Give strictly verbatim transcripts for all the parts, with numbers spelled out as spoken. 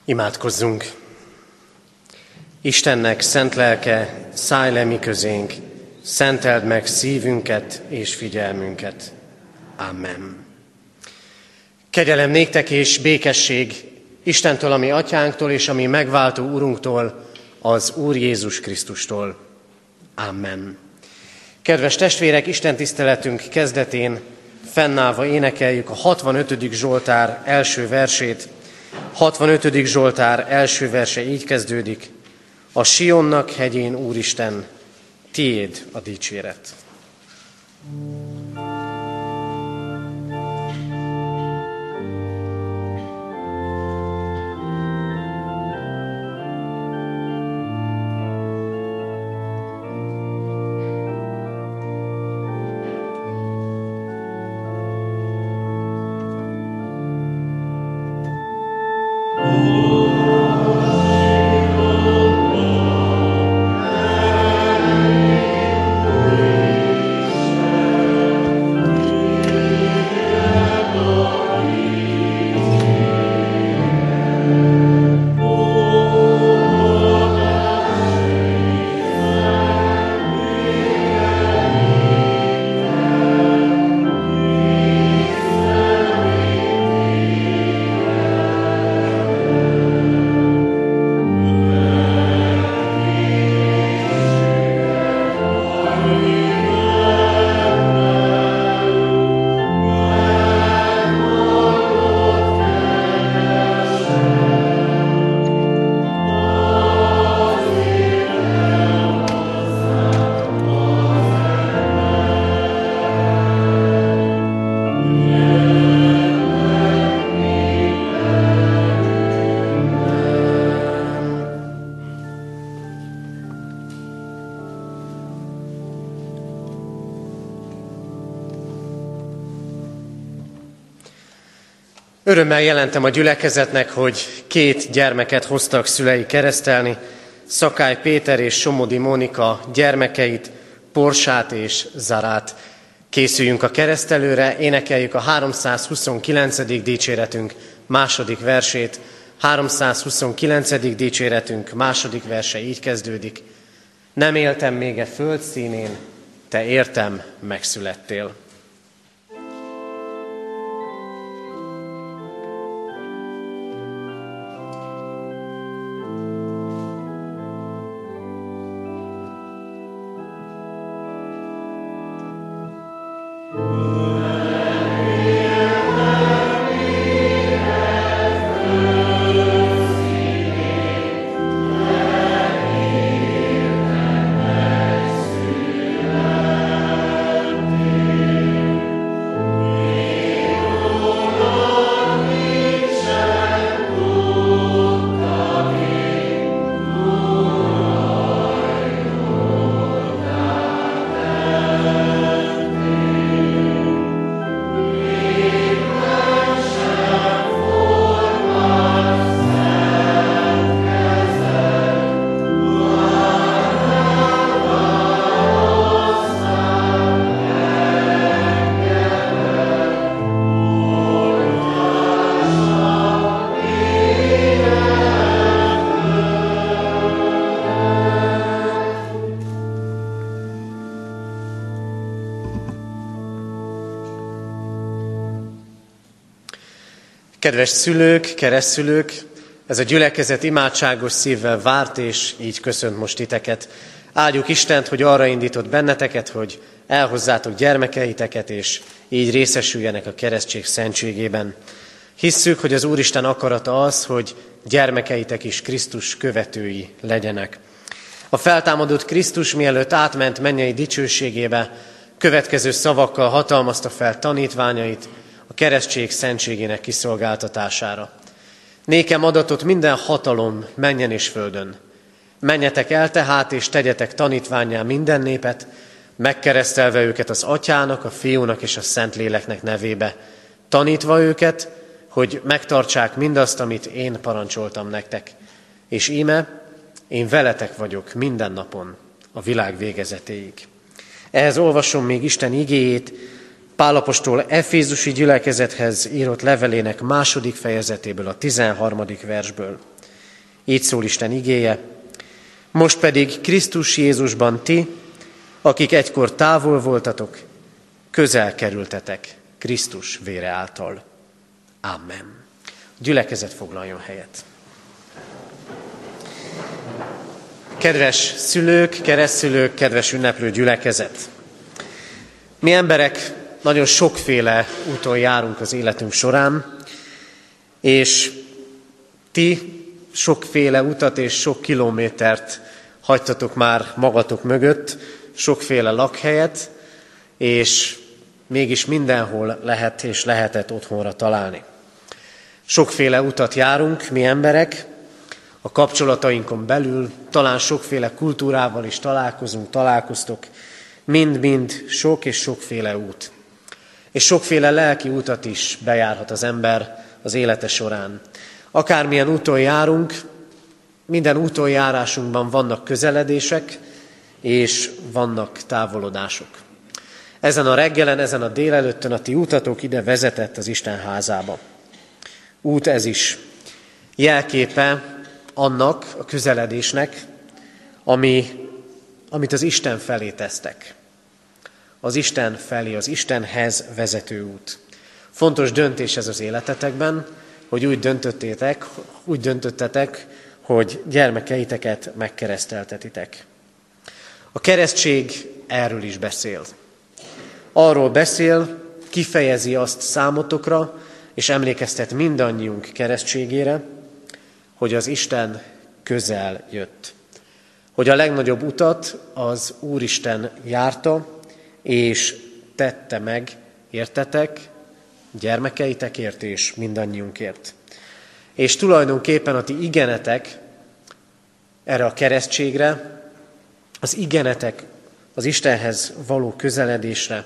Imádkozzunk! Istennek szent lelke, szállj le mi közénk, szenteld meg szívünket és figyelmünket. Amen. Kegyelem néktek és békesség Istentől, a mi atyánktól és a mi megváltó Úrunktól, az Úr Jézus Krisztustól. Amen. Kedves testvérek, Isten tiszteletünk kezdetén fennállva énekeljük a hatvanötödik Zsoltár első versét. hatvanötödik Zsoltár első verse így kezdődik: a Sionnak hegyén, Úristen, tiéd a dicséret. Örömmel jelentem a gyülekezetnek, hogy két gyermeket hoztak szülei keresztelni, Szakály Péter és Somodi Mónika gyermekeit, Porsát és Zarát. Készüljünk a keresztelőre, énekeljük a háromszázhuszonkilencedik dicséretünk második versét. háromszázhuszonkilencedik dicséretünk második verse így kezdődik: nem éltem még e föld színén, te értem megszülettél. Kedves szülők, keresztszülők, ez a gyülekezet imádságos szívvel várt, és így köszönt most titeket. Áldjuk Istent, hogy arra indított benneteket, hogy elhozzátok gyermekeiteket, és így részesüljenek a keresztség szentségében. Hisszük, hogy az Úristen akarata az, hogy gyermekeitek is Krisztus követői legyenek. A feltámadott Krisztus, mielőtt átment mennyei dicsőségébe, következő szavakkal hatalmazta fel tanítványait a keresztség szentségének kiszolgáltatására. Nékem adatot minden hatalom mennyen és földön. Menjetek el tehát, és tegyetek tanítvánnyá minden népet, megkeresztelve őket az Atyának, a Fiúnak és a Szentléleknek nevébe, tanítva őket, hogy megtartsák mindazt, amit én parancsoltam nektek. És íme, én veletek vagyok minden napon, a világ végezetéig. Ehhez olvasom még Isten igéjét, Pál apostol Efézusi gyülekezethez írott levelének második fejezetéből, a tizenharmadik versből. Így szól Isten igéje. Most pedig Krisztus Jézusban ti, akik egykor távol voltatok, közel kerültetek Krisztus vére által. Amen. Gyülekezet foglaljon helyet. Kedves szülők, keresztszülők, kedves ünneplő gyülekezet! Mi emberek nagyon sokféle úton járunk az életünk során, és ti sokféle utat és sok kilométert hagytatok már magatok mögött, sokféle lakhelyet, és mégis mindenhol lehet és lehetett otthonra találni. Sokféle utat járunk, mi emberek, a kapcsolatainkon belül, talán sokféle kultúrával is találkozunk, találkoztok, mind-mind sok és sokféle út. És sokféle lelki utat is bejárhat az ember az élete során. Akármilyen úton járunk, minden úton járásunkban vannak közeledések, és vannak távolodások. Ezen a reggelen, ezen a délelőttön a ti útatok ide vezetett az Isten házába. Út ez is jelképe annak a közeledésnek, ami, amit az Isten felé tesztek. Az Isten felé, az Istenhez vezető út. Fontos döntés ez az életetekben, hogy úgy döntöttétek, úgy döntöttetek, hogy gyermekeiteket megkereszteltetitek. A keresztség erről is beszél. Arról beszél, kifejezi azt számotokra, és emlékeztet mindannyiunk keresztségére, hogy az Isten közel jött. Hogy a legnagyobb utat az Úristen járta, és tette meg, értetek, gyermekeitekért és mindannyiunkért. És tulajdonképpen a ti igenetek erre a keresztségre, az igenetek az Istenhez való közeledésre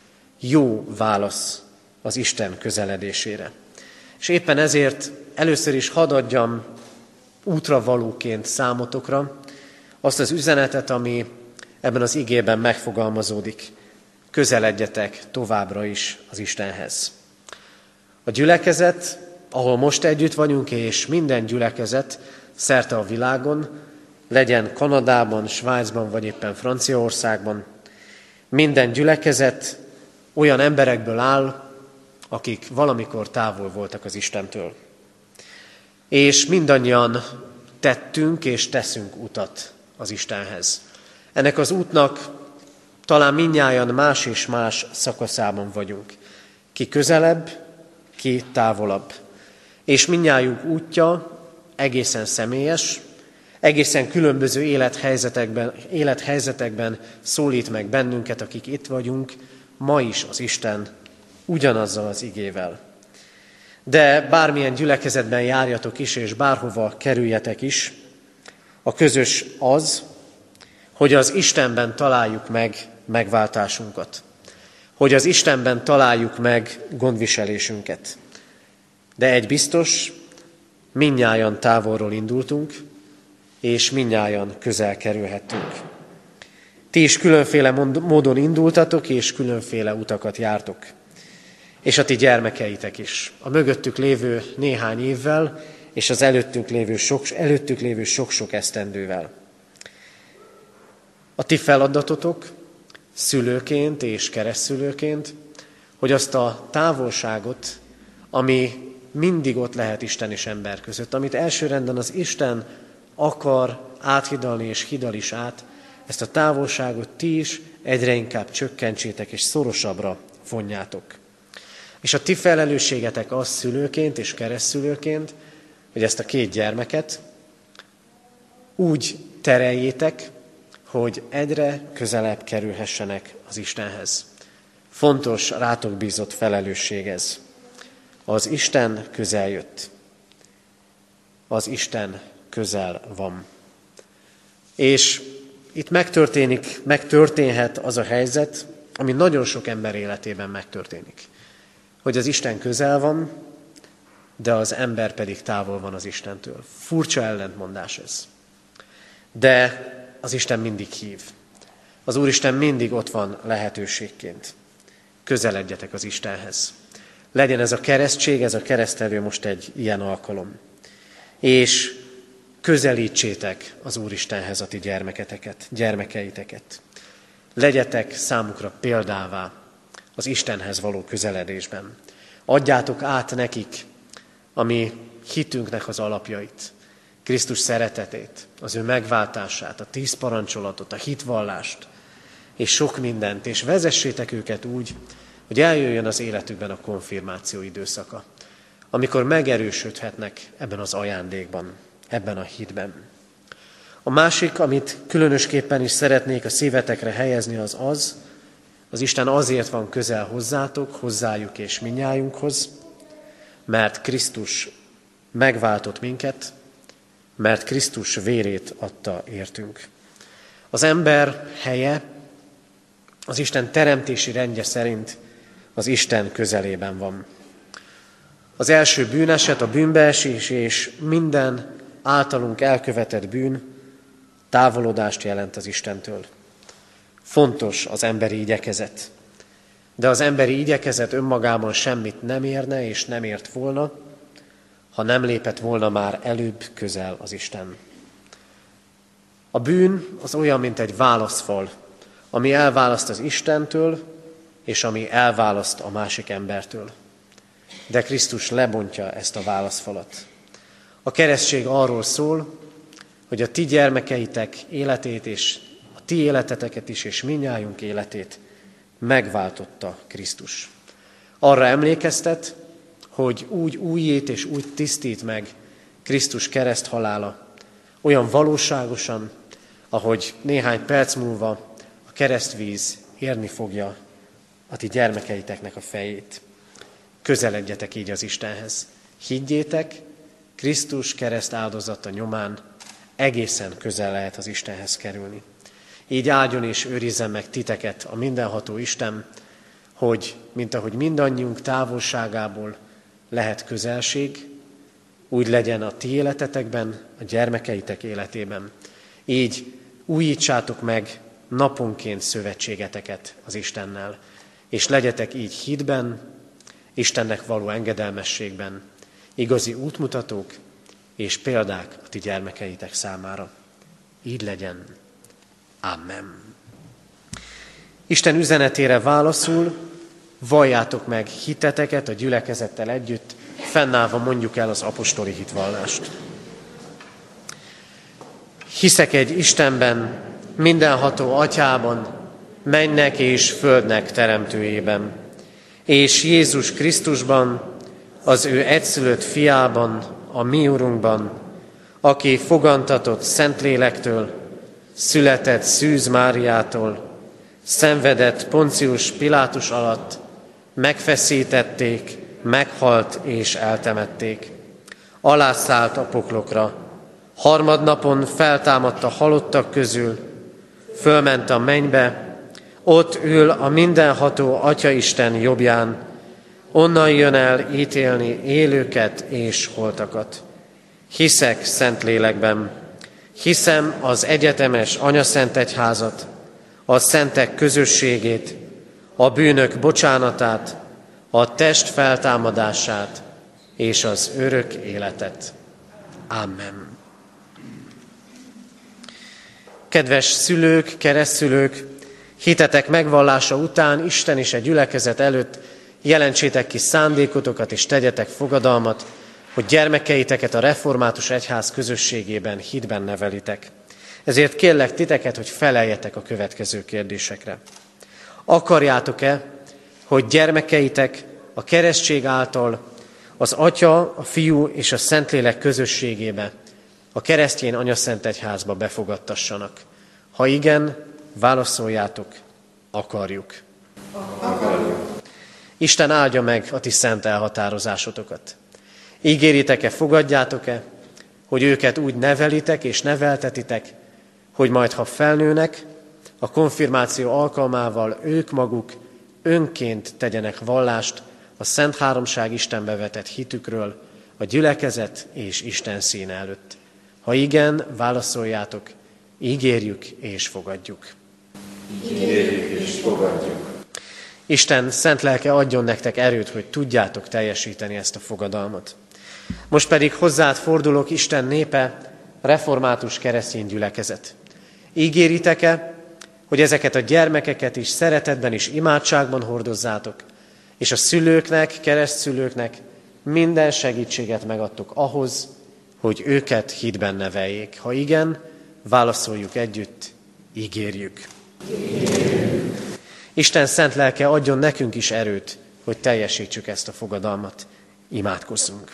jó válasz az Isten közeledésére. És éppen ezért először is hadd adjam útra valóként számotokra azt az üzenetet, ami ebben az igében megfogalmazódik. Közeledjetek továbbra is az Istenhez. A gyülekezet, ahol most együtt vagyunk, és minden gyülekezet szerte a világon, legyen Kanadában, Svájcban, vagy éppen Franciaországban, minden gyülekezet olyan emberekből áll, akik valamikor távol voltak az Istentől. És mindannyian tettünk és teszünk utat az Istenhez. Ennek az útnak talán mindnyájan más és más szakaszában vagyunk. Ki közelebb, ki távolabb. És mindnyájunk útja egészen személyes, egészen különböző élethelyzetekben, élethelyzetekben szólít meg bennünket, akik itt vagyunk, ma is az Isten ugyanazzal az igével. De bármilyen gyülekezetben járjatok is, és bárhova kerüljetek is, a közös az, hogy az Istenben találjuk meg megváltásunkat. Hogy az Istenben találjuk meg gondviselésünket. De egy biztos, mindnyájan távolról indultunk, és mindnyájan közel kerülhettünk. Ti is különféle módon indultatok, és különféle utakat jártok. És a ti gyermekeitek is. A mögöttük lévő néhány évvel, és az előttünk lévő sok, előttük lévő sok-sok esztendővel. A ti feladatotok szülőként és keresztszülőként, hogy azt a távolságot, ami mindig ott lehet Isten és ember között, amit elsőrenden az Isten akar áthidalni és hidal is át, ezt a távolságot ti is egyre inkább csökkentsétek és szorosabbra vonjátok. És a ti felelősségetek az szülőként és keresztszülőként, hogy ezt a két gyermeket úgy tereljétek, hogy egyre közelebb kerülhessenek az Istenhez. Fontos rátok bízott felelősség ez. Az Isten közel jött. Az Isten közel van. És itt megtörténik, megtörténhet az a helyzet, ami nagyon sok ember életében megtörténik. Hogy az Isten közel van, de az ember pedig távol van az Istentől. Furcsa ellentmondás ez. De az Isten mindig hív. Az Úristen mindig ott van lehetőségként. Közeledjetek az Istenhez. Legyen ez a keresztség, ez a keresztelő most egy ilyen alkalom. És közelítsétek az Úristenhez a ti gyermeketeket, gyermekeiteket. Legyetek számukra példává az Istenhez való közeledésben. Adjátok át nekik a mi hitünknek az alapjait, Krisztus szeretetét, az ő megváltását, a tíz parancsolatot, a hitvallást, és sok mindent, és vezessétek őket úgy, hogy eljöjjön az életükben a konfirmáció időszaka, amikor megerősödhetnek ebben az ajándékban, ebben a hitben. A másik, amit különösképpen is szeretnék a szívetekre helyezni, az az, az Isten azért van közel hozzátok, hozzájuk és minnyájunkhoz, mert Krisztus megváltott minket, mert Krisztus vérét adta értünk. Az ember helye az Isten teremtési rendje szerint az Isten közelében van. Az első bűneset, a bűnbeesés és minden általunk elkövetett bűn távolodást jelent az Istentől. Fontos az emberi igyekezet, de az emberi igyekezet önmagában semmit nem érne és nem ért volna, ha nem lépett volna már előbb közel az Isten. A bűn az olyan, mint egy válaszfal, ami elválaszt az Istentől, és ami elválaszt a másik embertől. De Krisztus lebontja ezt a válaszfalat. A keresztség arról szól, hogy a ti gyermekeitek életét és a ti életeteket is, és mindnyájunk életét megváltotta Krisztus. Arra emlékeztet, hogy úgy újít és úgy tisztít meg Krisztus kereszthalála, olyan valóságosan, ahogy néhány perc múlva a keresztvíz érni fogja a ti gyermekeiteknek a fejét. Közeledjetek így az Istenhez. Higgyétek, Krisztus kereszt áldozata nyomán egészen közel lehet az Istenhez kerülni. Így áldjon és őrizzen meg titeket a mindenható Isten, hogy, mint ahogy mindannyiunk távolságából lehet közelség, úgy legyen a ti életetekben, a gyermekeitek életében. Így újítsátok meg naponként szövetségeteket az Istennel, és legyetek így hitben, Istennek való engedelmességben, igazi útmutatók és példák a ti gyermekeitek számára. Így legyen. Amen. Isten üzenetére válaszul, valljátok meg hiteteket a gyülekezettel együtt, fennállva mondjuk el az apostoli hitvallást. Hiszek egy Istenben, mindenható Atyában, mennek és földnek teremtőjében, és Jézus Krisztusban, az ő egyszülött fiában, a mi Urunkban, aki fogantatott Szentlélektől, született Szűz Máriától, szenvedett Poncius Pilátus alatt, megfeszítették, meghalt és eltemették. Alászállt a poklokra, harmadnapon feltámadt a halottak közül, fölment a mennybe, ott ül a mindenható Atyaisten jobbján, onnan jön el ítélni élőket és holtakat. Hiszek Szentlélekben, hiszem az egyetemes anyaszentegyházat, a szentek közösségét, a bűnök bocsánatát, a test feltámadását és az örök életet. Amen. Kedves szülők, keresztszülők, hitetek megvallása után Isten és a gyülekezet előtt jelentsétek ki szándékotokat és tegyetek fogadalmat, hogy gyermekeiteket a református egyház közösségében hitben nevelitek. Ezért kérlek titeket, hogy feleljetek a következő kérdésekre. Akarjátok-e, hogy gyermekeitek a keresztség által az Atya, a Fiú és a Szentlélek közösségébe, a keresztény anyaszentegyházba befogadtassanak? Ha igen, válaszoljátok, akarjuk. Akarjuk. Isten áldja meg a ti szent elhatározásotokat. Ígéritek-e, fogadjátok-e, hogy őket úgy nevelitek és neveltetitek, hogy majd, ha felnőnek, a konfirmáció alkalmával ők maguk önként tegyenek vallást a Szent Háromság Istenbe vetett hitükről a gyülekezet és Isten színe előtt. Ha igen, válaszoljátok, ígérjük és fogadjuk. Ígérjük és fogadjuk. Isten szent lelke adjon nektek erőt, hogy tudjátok teljesíteni ezt a fogadalmat. Most pedig hozzád fordulok, Isten népe, református keresztény gyülekezet. Ígéritek-e, hogy ezeket a gyermekeket is szeretetben és imádságban hordozzátok, és a szülőknek, keresztszülőknek minden segítséget megadtok ahhoz, hogy őket hitben neveljék? Ha igen, válaszoljuk együtt, ígérjük. ígérjük. Isten szent lelke adjon nekünk is erőt, hogy teljesítsük ezt a fogadalmat. Imádkozzunk.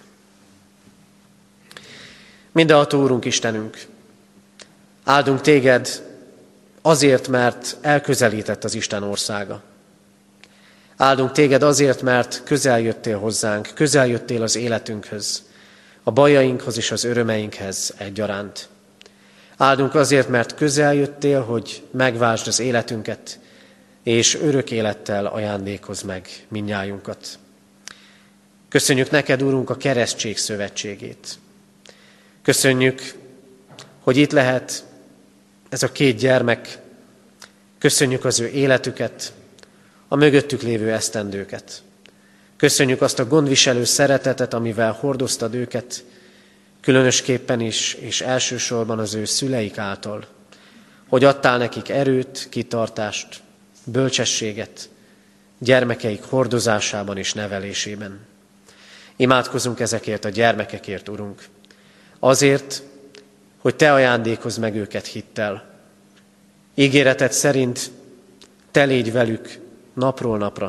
Mindenható Úrunk, Istenünk, áldunk téged azért, mert elközelített az Isten országa. Áldunk téged azért, mert közel jöttél hozzánk, közel jöttél az életünkhöz, a bajainkhoz és az örömeinkhez egyaránt. Áldunk azért, mert közel jöttél, hogy megváltsd az életünket, és örök élettel ajándékozz meg mindnyájunkat. Köszönjük neked, Úrunk, a keresztség szövetségét. Köszönjük, hogy itt lehet ez a két gyermek. Köszönjük az ő életüket, a mögöttük lévő esztendőket. Köszönjük azt a gondviselő szeretetet, amivel hordoztad őket, különösképpen is, és elsősorban az ő szüleik által, hogy adtál nekik erőt, kitartást, bölcsességet gyermekeik hordozásában és nevelésében. Imádkozunk ezekért a gyermekekért, Urunk, azért, hogy Te ajándékozz meg őket hittel. Ígéreted szerint Te légy velük napról napra.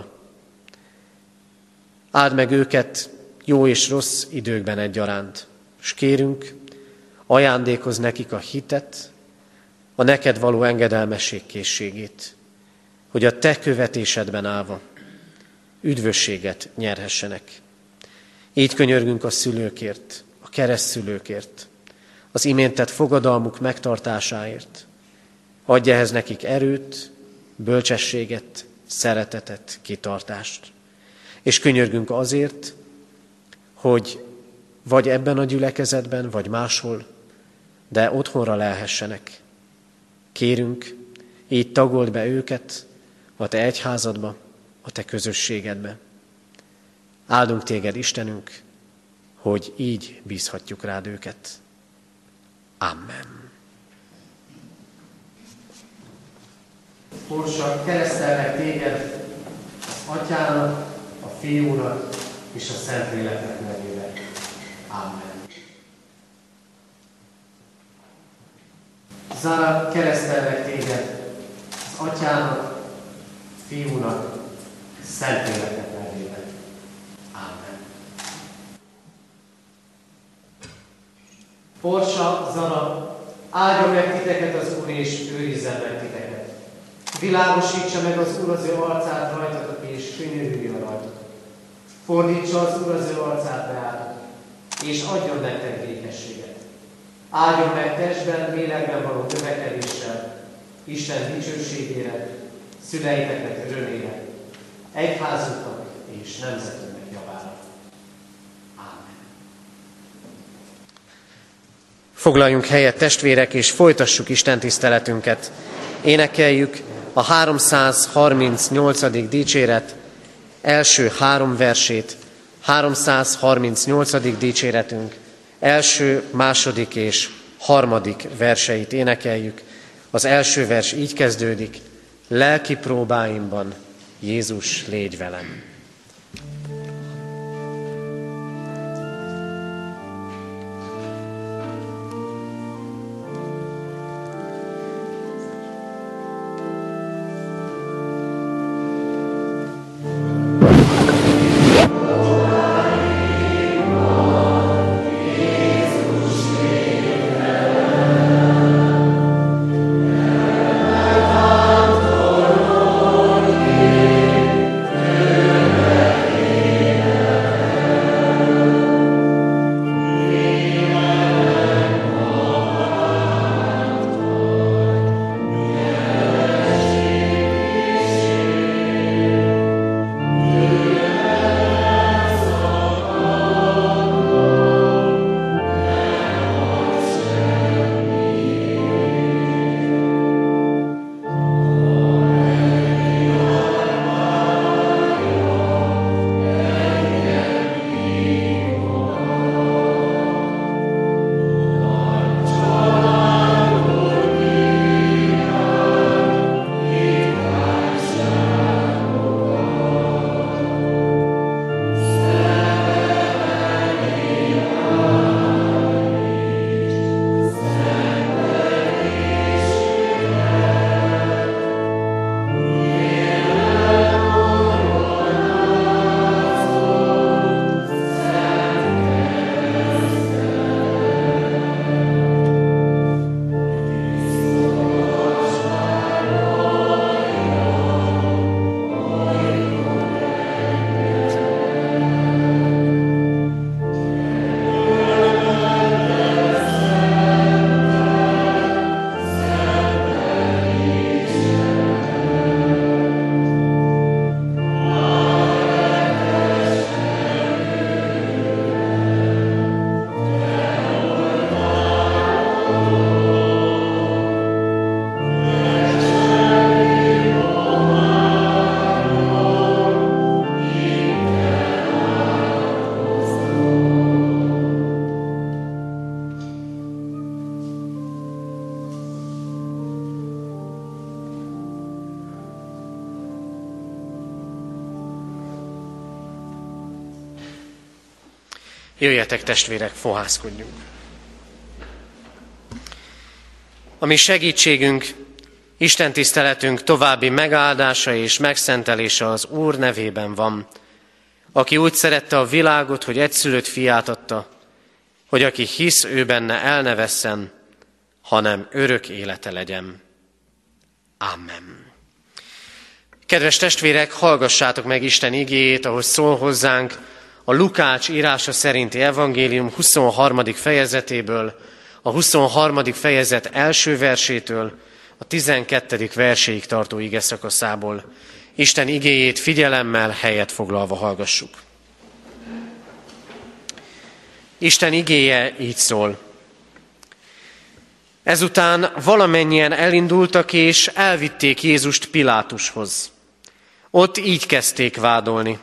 Áld meg őket jó és rossz időkben egyaránt, s kérünk, ajándékozz nekik a hitet, a neked való engedelmesség készségét, hogy a Te követésedben állva üdvösséget nyerhessenek. Így könyörgünk a szülőkért, a keresztszülőkért, az imént tett fogadalmuk megtartásáért. Adj ehhez nekik erőt, bölcsességet, szeretetet, kitartást. És könyörgünk azért, hogy vagy ebben a gyülekezetben, vagy máshol, de otthonra lelhessenek. Kérünk, így tagold be őket a Te egyházadba, a Te közösségedbe. Áldunk Téged, Istenünk, hogy így bízhatjuk rád őket. Amen. Ursak, keresztellek Téged az Atyának, a Fiúnak és a Szentléleknek nevében. Amen. Zára, keresztellek Téged az Atyának, Fiúnak, Szentléleknek nevében. Amen. Porsa, Zara, áldja meg titeket az Úr, és őrizzen meg titeket. Világosítsa meg az Úr az ő arcát rajtatok, és könyörüljön rajtatok. Fordítsa az Úr az ő arcát reátok, és adjon nektek békességet. Áldjon meg testben, lélekben való növekedéssel, Isten dicsőségére, szüleiteknek örömére, egyházunknak és nemzetünknek javára. Ámen. Foglaljunk helyet, testvérek, és folytassuk Isten tiszteletünket. Énekeljük a háromszázharmincnyolcadik dicséret első három versét, háromszázharmincnyolcadik dicséretünk első, második és harmadik verseit énekeljük. Az első vers így kezdődik: lelki próbáimban Jézus, légy velem. Amen. Jöjjetek, testvérek, fohászkodjunk. A mi segítségünk, Isten tiszteletünk további megáldása és megszentelése az Úr nevében van, aki úgy szerette a világot, hogy egyszülött fiát adta, hogy aki hisz ő benne, el ne vesszen, hanem örök élete legyen. Amen. Kedves testvérek, hallgassátok meg Isten igéjét, ahogy szól hozzánk a Lukács írása szerinti evangélium huszonharmadik fejezetéből, a huszonharmadik fejezet első versétől a tizenkettedik verséig tartó igeszakaszából. Isten igéjét figyelemmel, helyet foglalva hallgassuk. Isten igéje így szól. Ezután valamennyien elindultak és elvitték Jézust Pilátushoz. Ott így kezdték vádolni.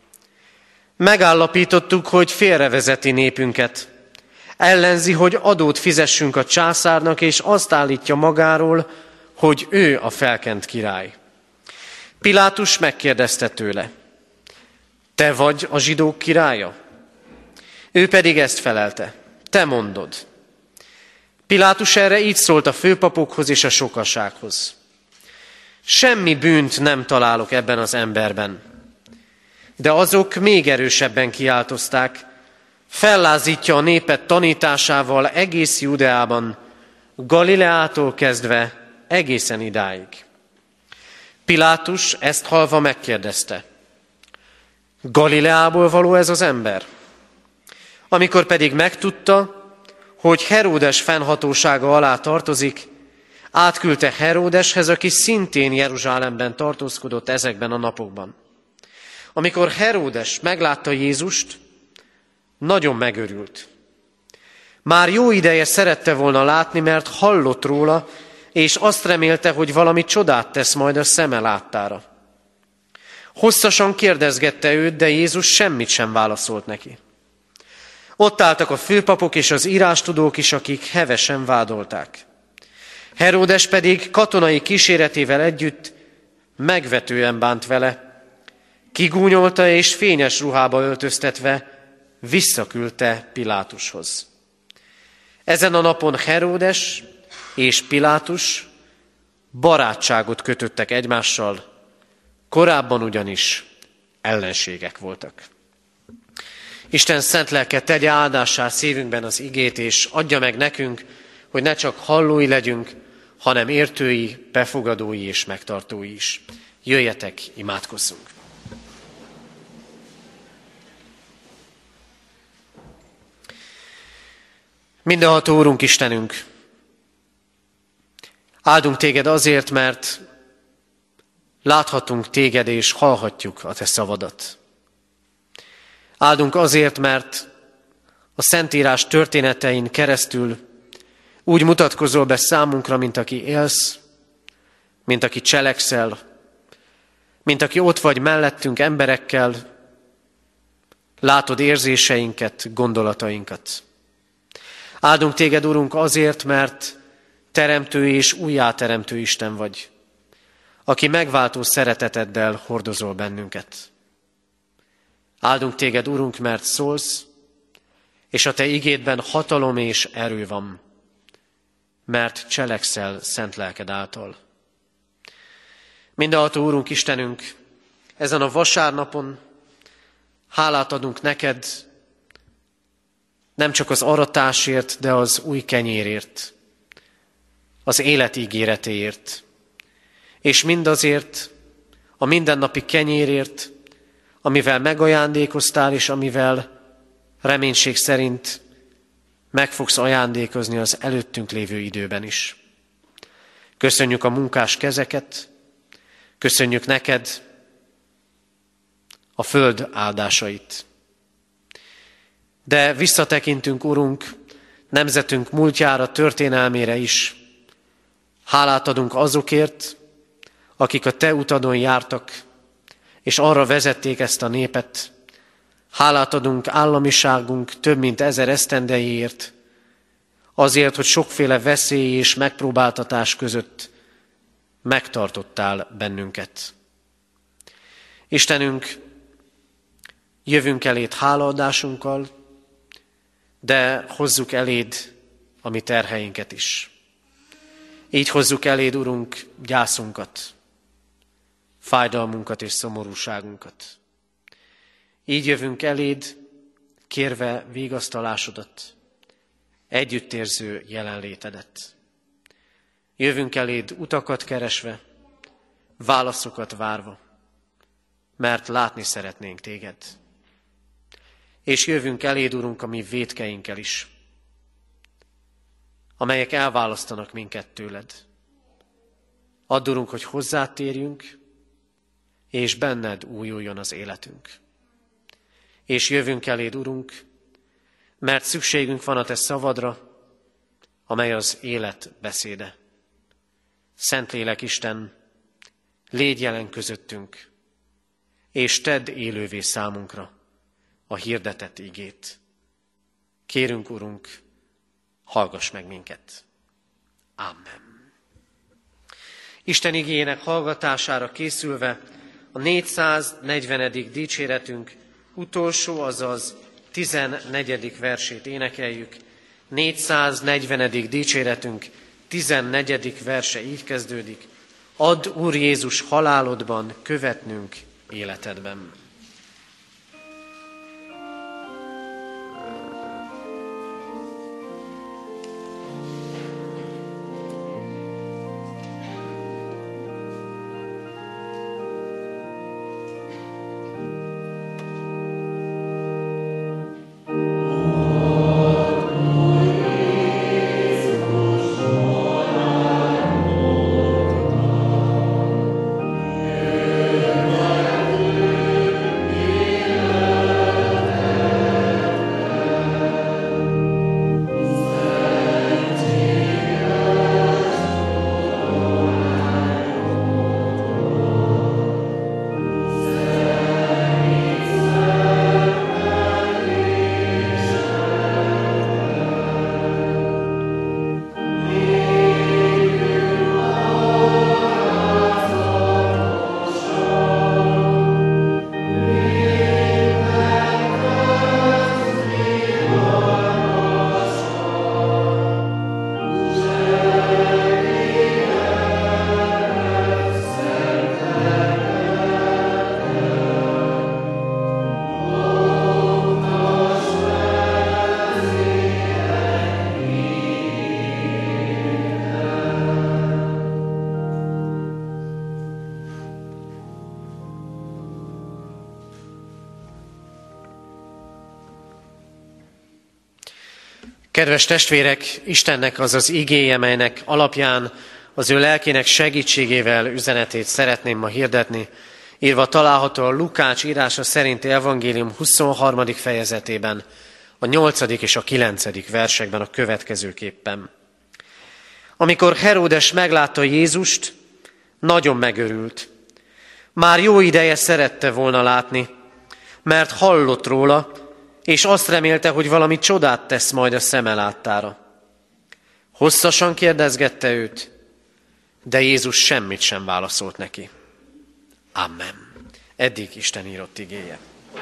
Megállapítottuk, hogy félrevezeti népünket. Ellenzi, hogy adót fizessünk a császárnak, és azt állítja magáról, hogy ő a felkent király. Pilátus megkérdezte tőle, te vagy a zsidók királya? Ő pedig ezt felelte, te mondod. Pilátus erre így szólt a főpapokhoz és a sokasághoz. Semmi bűnt nem találok ebben az emberben. De azok még erősebben kiáltozták, fellázítja a népet tanításával egész Judeában, Galileától kezdve egészen idáig. Pilátus ezt hallva megkérdezte, Galileából való ez az ember? Amikor pedig megtudta, hogy Heródes fennhatósága alá tartozik, átküldte Heródeshez, aki szintén Jeruzsálemben tartózkodott ezekben a napokban. Amikor Heródes meglátta Jézust, nagyon megörült. Már jó ideje szerette volna látni, mert hallott róla, és azt remélte, hogy valami csodát tesz majd a szeme láttára. Hosszasan kérdezgette őt, de Jézus semmit sem válaszolt neki. Ott álltak a főpapok és az írástudók is, akik hevesen vádolták. Heródes pedig katonai kíséretével együtt megvetően bánt vele, kigúnyolta és fényes ruhába öltöztetve visszaküldte Pilátushoz. Ezen a napon Heródes és Pilátus barátságot kötöttek egymással, korábban ugyanis ellenségek voltak. Isten szent lelke tegye áldássá szívünkben az igét, és adja meg nekünk, hogy ne csak hallói legyünk, hanem értői, befogadói és megtartói is. Jöjjetek, imádkozzunk! Mindenható Úrunk, Istenünk, áldunk Téged azért, mert láthatunk Téged és hallhatjuk a Te szavadat. Áldunk azért, mert a Szentírás történetein keresztül úgy mutatkozol be számunkra, mint aki élsz, mint aki cselekszel, mint aki ott vagy mellettünk emberekkel, látod érzéseinket, gondolatainkat. Áldunk Téged, Urunk, azért, mert teremtő és újjáteremtő Isten vagy, aki megváltó szereteteddel hordozol bennünket. Áldunk Téged, Urunk, mert szólsz, és a Te igédben hatalom és erő van, mert cselekszel szent lelked által. Mindenható Úrunk, Istenünk, ezen a vasárnapon hálát adunk neked, nem csak az aratásért, de az új kenyérért, az élet ígéretéért, és mindazért, a mindennapi kenyérért, amivel megajándékoztál, és amivel reménység szerint meg fogsz ajándékozni az előttünk lévő időben is. Köszönjük a munkás kezeket, köszönjük neked a föld áldásait. De visszatekintünk, Urunk, nemzetünk múltjára, történelmére is. Hálát adunk azokért, akik a Te utadon jártak, és arra vezették ezt a népet. Hálát adunk államiságunk több mint ezer esztendejéért, azért, hogy sokféle veszély és megpróbáltatás között megtartottál bennünket. Istenünk, jövünk elét hálaadásunkkal, de hozzuk eléd a mi terheinket is. Így hozzuk eléd, Urunk, gyászunkat, fájdalmunkat és szomorúságunkat. Így jövünk eléd, kérve vigasztalásodat, együttérző jelenlétedet. Jövünk eléd utakat keresve, válaszokat várva, mert látni szeretnénk téged. És jövünk eléd, Urunk, a mi vétkeinkkel is, amelyek elválasztanak minket tőled. Add, Urunk, hogy hozzád térjünk, és benned újuljon az életünk. És jövünk eléd, Urunk, mert szükségünk van a te szavadra, amely az élet beszéde. Szentlélek Isten, légy jelen közöttünk, és tedd élővé számunkra a hirdetett igét. Kérünk, Urunk, hallgass meg minket. Amen. Isten igéjének hallgatására készülve a négyszáznegyvenedik dicséretünk utolsó, azaz tizennegyedik versét énekeljük. négyszáznegyvenedik dicséretünk tizennegyedik verse így kezdődik. Add, Úr Jézus, halálodban követnünk életedben. Kedves testvérek, Istennek az az igéje, melynek alapján az ő lelkének segítségével üzenetét szeretném ma hirdetni, írva található a Lukács írása szerinti evangélium huszonharmadik fejezetében, a nyolcadik és a kilencedik versekben a következőképpen. Amikor Heródes meglátta Jézust, nagyon megörült. Már jó ideje szerette volna látni, mert hallott róla, és azt remélte, hogy valami csodát tesz majd a szeme láttára. Hosszasan kérdezgette őt, de Jézus semmit sem válaszolt neki. Amen. Eddig Isten írott igéje.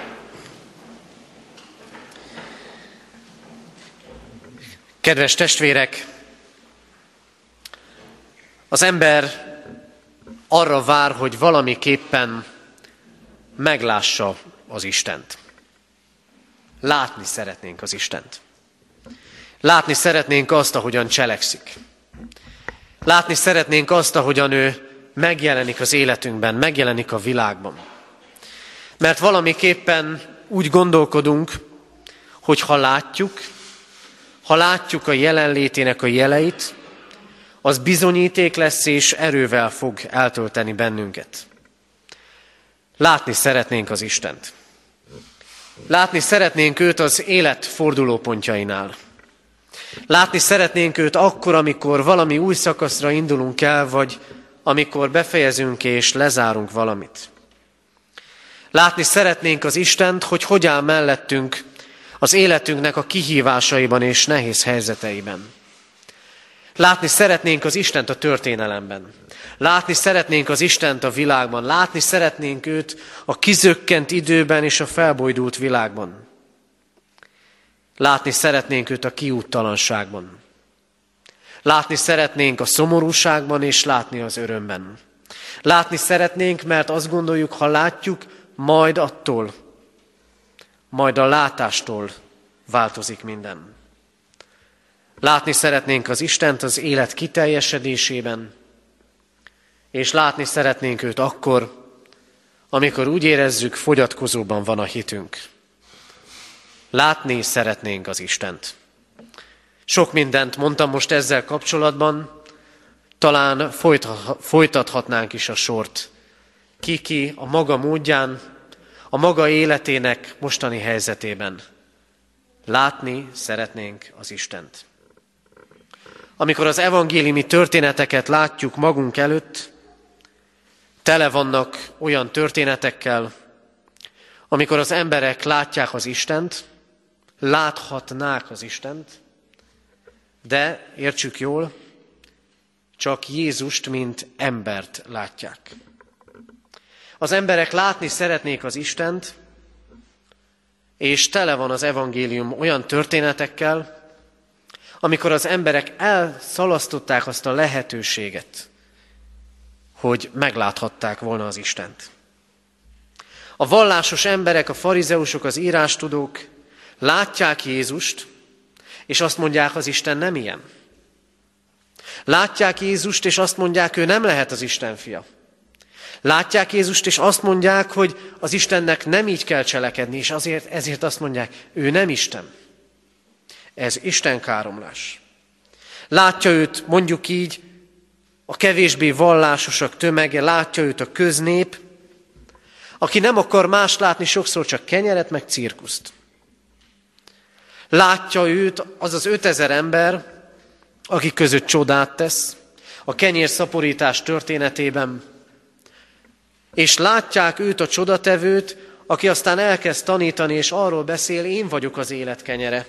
Kedves testvérek, az ember arra vár, hogy valamiképpen meglássa az Istent. Látni szeretnénk az Istent. Látni szeretnénk azt, ahogyan cselekszik. Látni szeretnénk azt, ahogyan ő megjelenik az életünkben, megjelenik a világban. Mert valamiképpen úgy gondolkodunk, hogy ha látjuk, ha látjuk a jelenlétének a jeleit, az bizonyíték lesz és erővel fog eltölteni bennünket. Látni szeretnénk az Istent. Látni szeretnénk őt az élet fordulópontjainál. Látni szeretnénk őt akkor, amikor valami új szakaszra indulunk el, vagy amikor befejezünk és lezárunk valamit. Látni szeretnénk az Istent, hogy hogy áll mellettünk az életünknek a kihívásaiban és nehéz helyzeteiben. Látni szeretnénk az Istent a történelemben. Látni szeretnénk az Istent a világban. Látni szeretnénk őt a kizökkent időben és a felbojdult világban. Látni szeretnénk őt a kiúttalanságban. Látni szeretnénk a szomorúságban, és látni az örömben. Látni szeretnénk, mert azt gondoljuk, ha látjuk, majd attól, majd a látástól változik minden. Látni szeretnénk az Istent az élet kiteljesedésében, és látni szeretnénk őt akkor, amikor úgy érezzük, fogyatkozóban van a hitünk. Látni szeretnénk az Istent. Sok mindent mondtam most ezzel kapcsolatban, talán folytathatnánk is a sort. Ki-ki a maga módján, a maga életének mostani helyzetében. Látni szeretnénk az Istent. Amikor az evangéliumi történeteket látjuk magunk előtt, tele vannak olyan történetekkel, amikor az emberek látják az Istent, láthatnák az Istent, de értsük jól, csak Jézust, mint embert látják. Az emberek látni szeretnék az Istent, és tele van az evangélium olyan történetekkel, amikor az emberek elszalasztották azt a lehetőséget, hogy megláthatták volna az Istent. A vallásos emberek, a farizeusok, az írástudók látják Jézust, és azt mondják, az Isten nem ilyen. Látják Jézust, és azt mondják, ő nem lehet az Isten fia. Látják Jézust, és azt mondják, hogy az Istennek nem így kell cselekedni, és azért, ezért azt mondják, ő nem Isten. Ez Isten káromlás. Látja őt, mondjuk így, a kevésbé vallásosak tömege, látja őt a köznép, aki nem akar mást látni, sokszor csak kenyeret, meg cirkuszt. Látja őt az az ötezer ember, akik között csodát tesz, a kenyérszaporítás történetében, és látják őt a csodatevőt, aki aztán elkezd tanítani, és arról beszél, én vagyok az élet kenyere.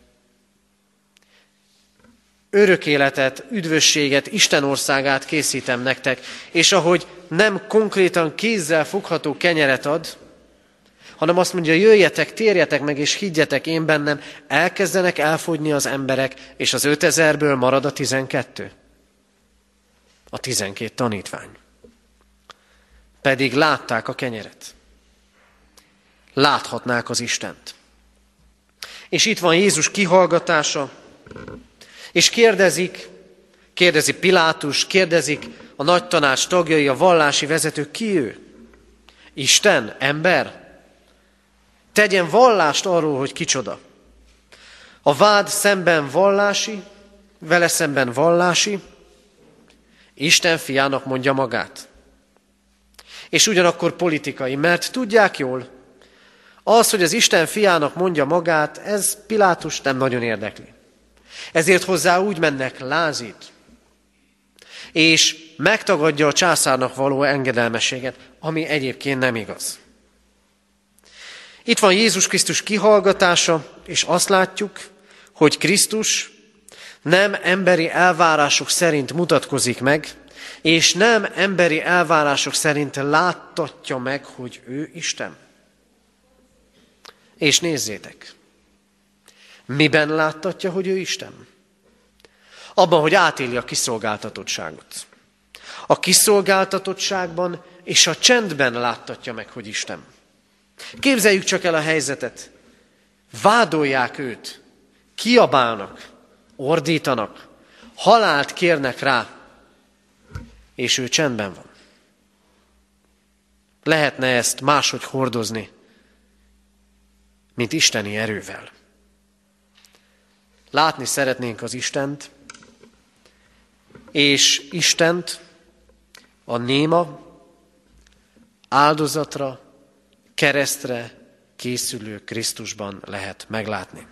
Örök életet, üdvösséget, Isten országát készítem nektek, és ahogy nem konkrétan kézzel fogható kenyeret ad, hanem azt mondja, jöjjetek, térjetek meg, és higgyetek én bennem, elkezdenek elfogyni az emberek, és az ötezerből marad a tizenkettő. A tizenkét tanítvány. Pedig látták a kenyeret. Láthatnák az Istent. És itt van Jézus kihallgatása, és kérdezik, kérdezi Pilátus, kérdezik a nagy tanács tagjai, a vallási vezetők, ki ő? Isten? Ember? Tegyen vallást arról, hogy kicsoda. A vád szemben vallási, vele szemben vallási, Isten fiának mondja magát. És ugyanakkor politikai, mert tudják jól, az, hogy az Isten fiának mondja magát, ez Pilátus nem nagyon érdekli. Ezért hozzá úgy mennek, lázít, és megtagadja a császárnak való engedelmességet, ami egyébként nem igaz. Itt van Jézus Krisztus kihallgatása, és azt látjuk, hogy Krisztus nem emberi elvárások szerint mutatkozik meg, és nem emberi elvárások szerint láttatja meg, hogy ő Isten. És nézzétek, miben láttatja, hogy ő Isten? Abban, hogy átéli a kiszolgáltatottságot. A kiszolgáltatottságban és a csendben láttatja meg, hogy Isten. Képzeljük csak el a helyzetet. Vádolják őt, kiabálnak, ordítanak, halált kérnek rá, és ő csendben van. Lehetne ezt máshogy hordozni, mint isteni erővel. Látni szeretnénk az Istent, és Istent a néma, áldozatra, keresztre készülő Krisztusban lehet meglátni.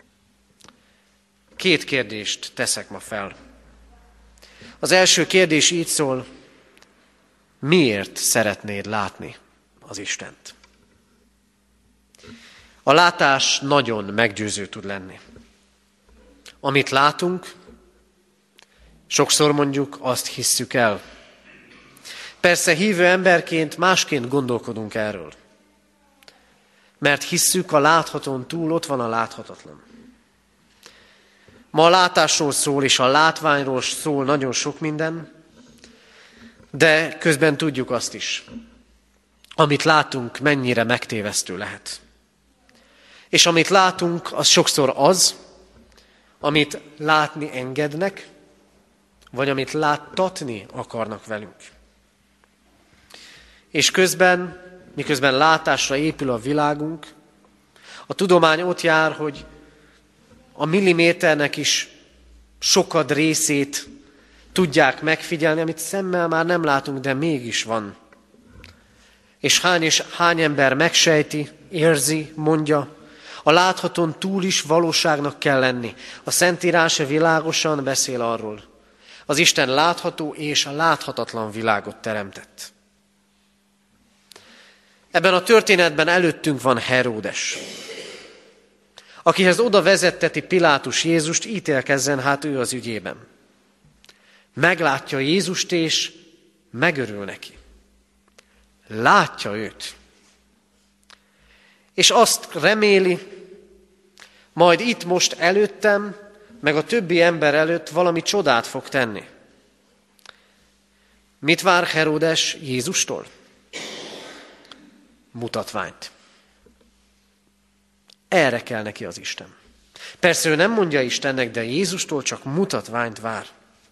Két kérdést teszek ma fel. Az első kérdés így szól, miért szeretnéd látni az Istent? A látás nagyon meggyőző tud lenni. Amit látunk, sokszor mondjuk azt hisszük el. Persze hívő emberként másként gondolkodunk erről. Mert hisszük, a láthatón túl ott van a láthatatlan. Ma a látásról szól, és a látványról szól nagyon sok minden, de közben tudjuk azt is, amit látunk, mennyire megtévesztő lehet. És amit látunk, az sokszor az, amit látni engednek, vagy amit láttatni akarnak velünk. És közben, miközben látásra épül a világunk, a tudomány ott jár, hogy a milliméternek is sokad részét tudják megfigyelni, amit szemmel már nem látunk, de mégis van. És hány és hány ember megsejti, érzi, mondja, a láthatón túl is valóságnak kell lenni. A Szentírás világosan beszél arról. Az Isten látható és a láthatatlan világot teremtett. Ebben a történetben előttünk van Heródes, akihez oda vezetteti Pilátus Jézust, ítélkezzen hát ő az ügyében. Meglátja Jézust és megörül neki. Látja őt. És azt reméli, majd itt most előttem, meg a többi ember előtt valami csodát fog tenni. Mit vár Heródes Jézustól? Mutatványt. Erre kell neki az Isten. Persze ő nem mondja Istennek, de Jézustól csak mutatványt vár.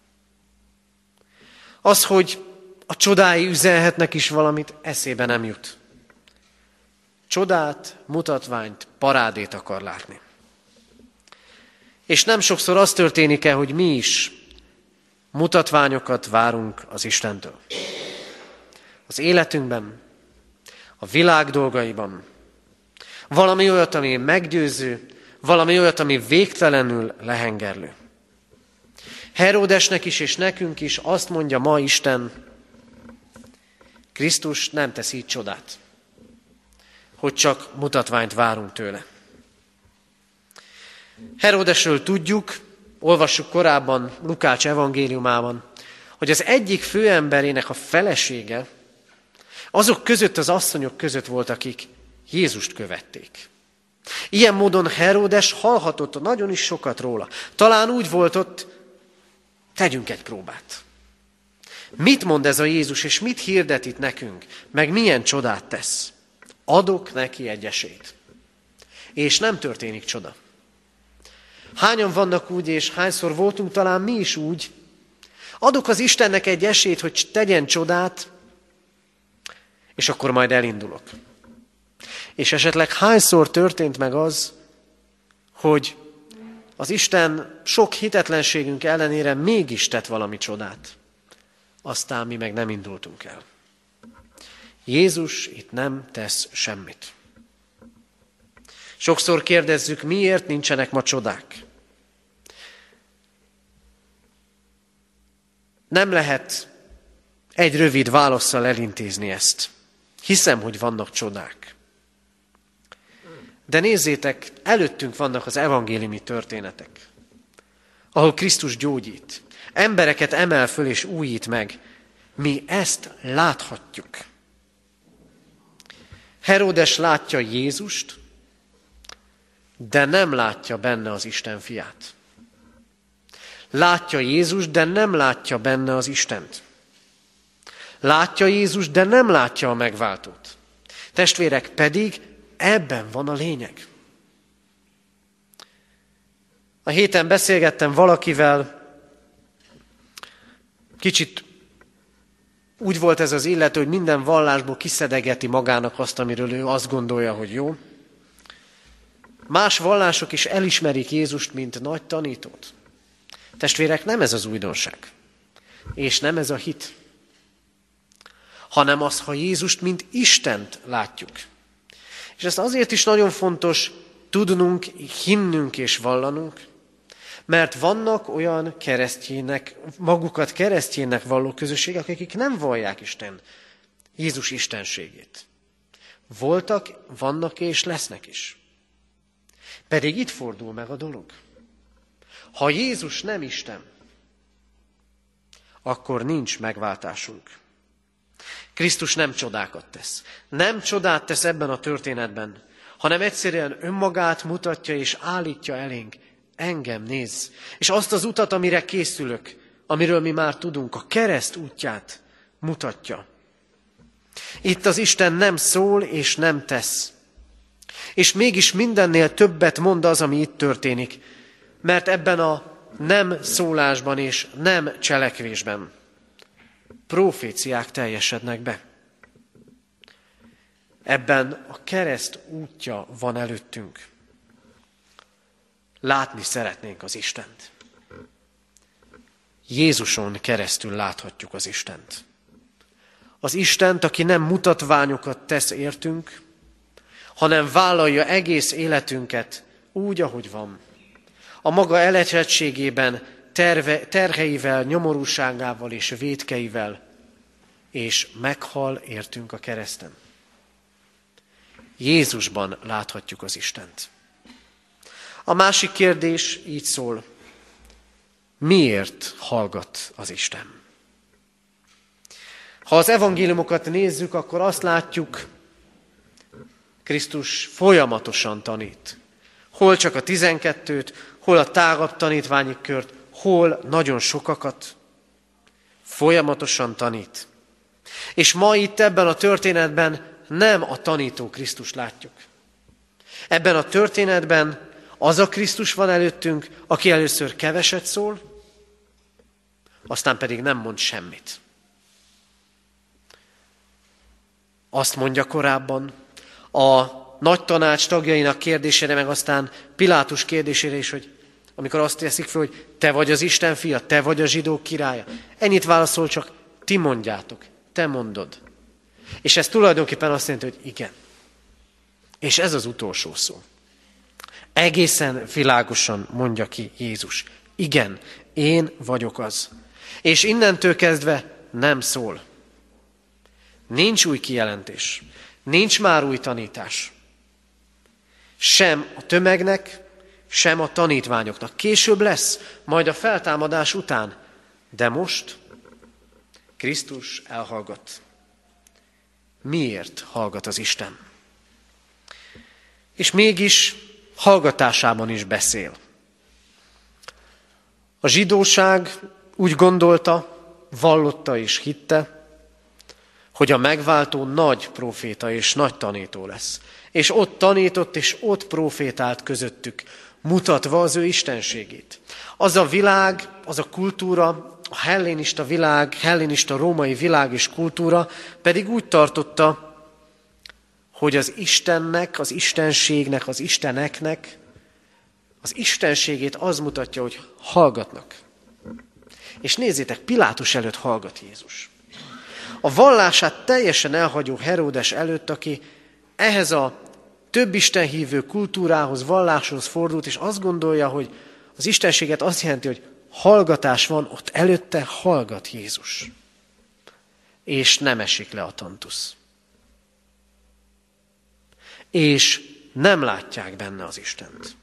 Az, hogy a csodái üzenhetnek is valamit, eszébe nem jut. Csodát, mutatványt, parádét akar látni. És nem sokszor az történik-e, hogy mi is mutatványokat várunk az Istentől. Az életünkben, a világ dolgaiban. Valami olyat, ami meggyőző, valami olyat, ami végtelenül lehengerlő. Heródesnek is és nekünk is azt mondja ma Isten, Krisztus nem tesz így csodát, hogy csak mutatványt várunk tőle. Heródesről tudjuk, olvassuk korábban Lukács evangéliumában, hogy az egyik főemberének a felesége azok között, az asszonyok között volt, akik Jézust követték. Ilyen módon Heródes hallhatott nagyon is sokat róla. Talán úgy volt ott, tegyünk egy próbát. Mit mond ez a Jézus, és mit hirdet itt nekünk, meg milyen csodát tesz? Adok neki egy esélyt. És nem történik csoda. Hányan vannak úgy, és hányszor voltunk talán mi is úgy, adok az Istennek egy esélyt, hogy tegyen csodát, és akkor majd elindulok. És esetleg hányszor történt meg az, hogy az Isten sok hitetlenségünk ellenére mégis tett valami csodát. Aztán mi meg nem indultunk el. Jézus itt nem tesz semmit. Sokszor kérdezzük, miért nincsenek ma csodák. Nem lehet egy rövid válasszal elintézni ezt. Hiszem, hogy vannak csodák. De nézzétek, előttünk vannak az evangéliumi történetek, ahol Krisztus gyógyít, embereket emel föl és újít meg. Mi ezt láthatjuk. Heródes látja Jézust, de nem látja benne az Isten fiát. Látja Jézust, de nem látja benne az Istent. Látja Jézust, de nem látja a megváltót. Testvérek, pedig ebben van a lényeg. A héten beszélgettem valakivel, kicsit úgy volt ez az illető, hogy minden vallásból kiszedegeti magának azt, amiről ő azt gondolja, hogy jó. Más vallások is elismerik Jézust, mint nagy tanítót. Testvérek, nem ez az újdonság. És nem ez a hit. Hanem az, ha Jézust, mint Istent látjuk. És ezt azért is nagyon fontos tudnunk, hinnünk és vallanunk, mert vannak olyan keresztjének, magukat keresztjének valló közösségek, akik nem vallják Isten, Jézus istenségét. Voltak, vannak és lesznek is. Pedig itt fordul meg a dolog. Ha Jézus nem Isten, akkor nincs megváltásunk. Krisztus nem csodákat tesz. Nem csodát tesz ebben a történetben, hanem egyszerűen önmagát mutatja és állítja elénk engem nézz, és azt az utat, amire készülök, amiről mi már tudunk, a kereszt útját mutatja. Itt az Isten nem szól és nem tesz. És mégis mindennél többet mond az, ami itt történik, mert ebben a nem szólásban és nem cselekvésben proféciák teljesednek be. Ebben a kereszt útja van előttünk. Látni szeretnénk az Istent. Jézuson keresztül láthatjuk az Istent. Az Istent, aki nem mutatványokat tesz értünk, hanem vállalja egész életünket úgy, ahogy van. A maga elecsettségében, terve, terheivel, nyomorúságával és vétkeivel, és meghal értünk a kereszten. Jézusban láthatjuk az Istent. A másik kérdés így szól: miért hallgat az Isten? Ha az evangéliumokat nézzük, akkor azt látjuk, Krisztus folyamatosan tanít. Hol csak a tizenkettőt, hol a tágabb tanítványi kört, hol nagyon sokakat. Folyamatosan tanít. És ma itt ebben a történetben nem a tanító Krisztust látjuk. Ebben a történetben az a Krisztus van előttünk, aki először keveset szól, aztán pedig nem mond semmit. Azt mondja korábban a nagy tanács tagjainak kérdésére, meg aztán Pilátus kérdésére is, hogy amikor azt teszik fel, hogy te vagy az Isten fia, te vagy a zsidók királya. Ennyit válaszol, csak ti mondjátok, te mondod. És ez tulajdonképpen azt jelenti, hogy igen. És ez az utolsó szó. Egészen világosan mondja ki Jézus. Igen, én vagyok az. És innentől kezdve nem szól. Nincs új kijelentés. Nincs már új tanítás. Sem a tömegnek, sem a tanítványoknak. Később lesz, majd a feltámadás után. De most Krisztus elhallgat. Miért hallgat az Isten? És mégis hallgatásában is beszél. A zsidóság úgy gondolta, vallotta és hitte, hogy a megváltó nagy próféta és nagy tanító lesz. És ott tanított, és ott prófétált közöttük, mutatva az ő istenségét. Az a világ, az a kultúra, a hellénista világ, hellénista római világ és kultúra pedig úgy tartotta, hogy az Istennek, az istenségnek, az isteneknek az istenségét az mutatja, hogy hallgatnak. És nézzétek, Pilátus előtt hallgat Jézus. A vallását teljesen elhagyó Heródes előtt, aki ehhez a több istenhívő kultúrához, valláshoz fordult, és azt gondolja, hogy az istenséget azt jelenti, hogy hallgatás van, ott előtte hallgat Jézus. És nem esik le a tantusz. És nem látják benne az Istent.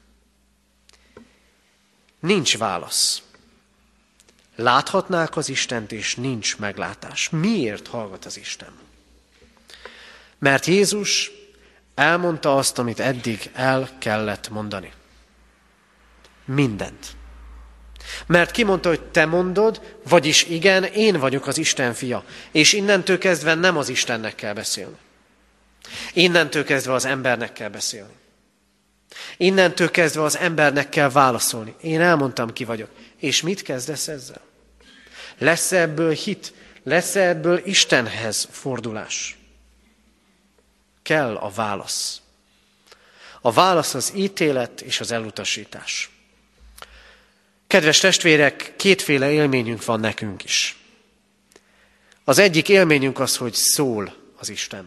Nincs válasz. Láthatnák az Istent, és nincs meglátás. Miért hallgat az Isten? Mert Jézus elmondta azt, amit eddig el kellett mondani. Mindent. Mert kimondta, hogy te mondod, vagyis igen, én vagyok az Isten fia, és innentől kezdve nem az Istennek kell beszélni. Innentől kezdve az embernek kell beszélni. Innentől kezdve az embernek kell válaszolni. Én elmondtam, ki vagyok. És mit kezdesz ezzel? Lesz ebből hit? Lesz ebből Istenhez fordulás? Kell a válasz. A válasz az ítélet és az elutasítás. Kedves testvérek, kétféle élményünk van nekünk is. Az egyik élményünk az, hogy szól az Isten.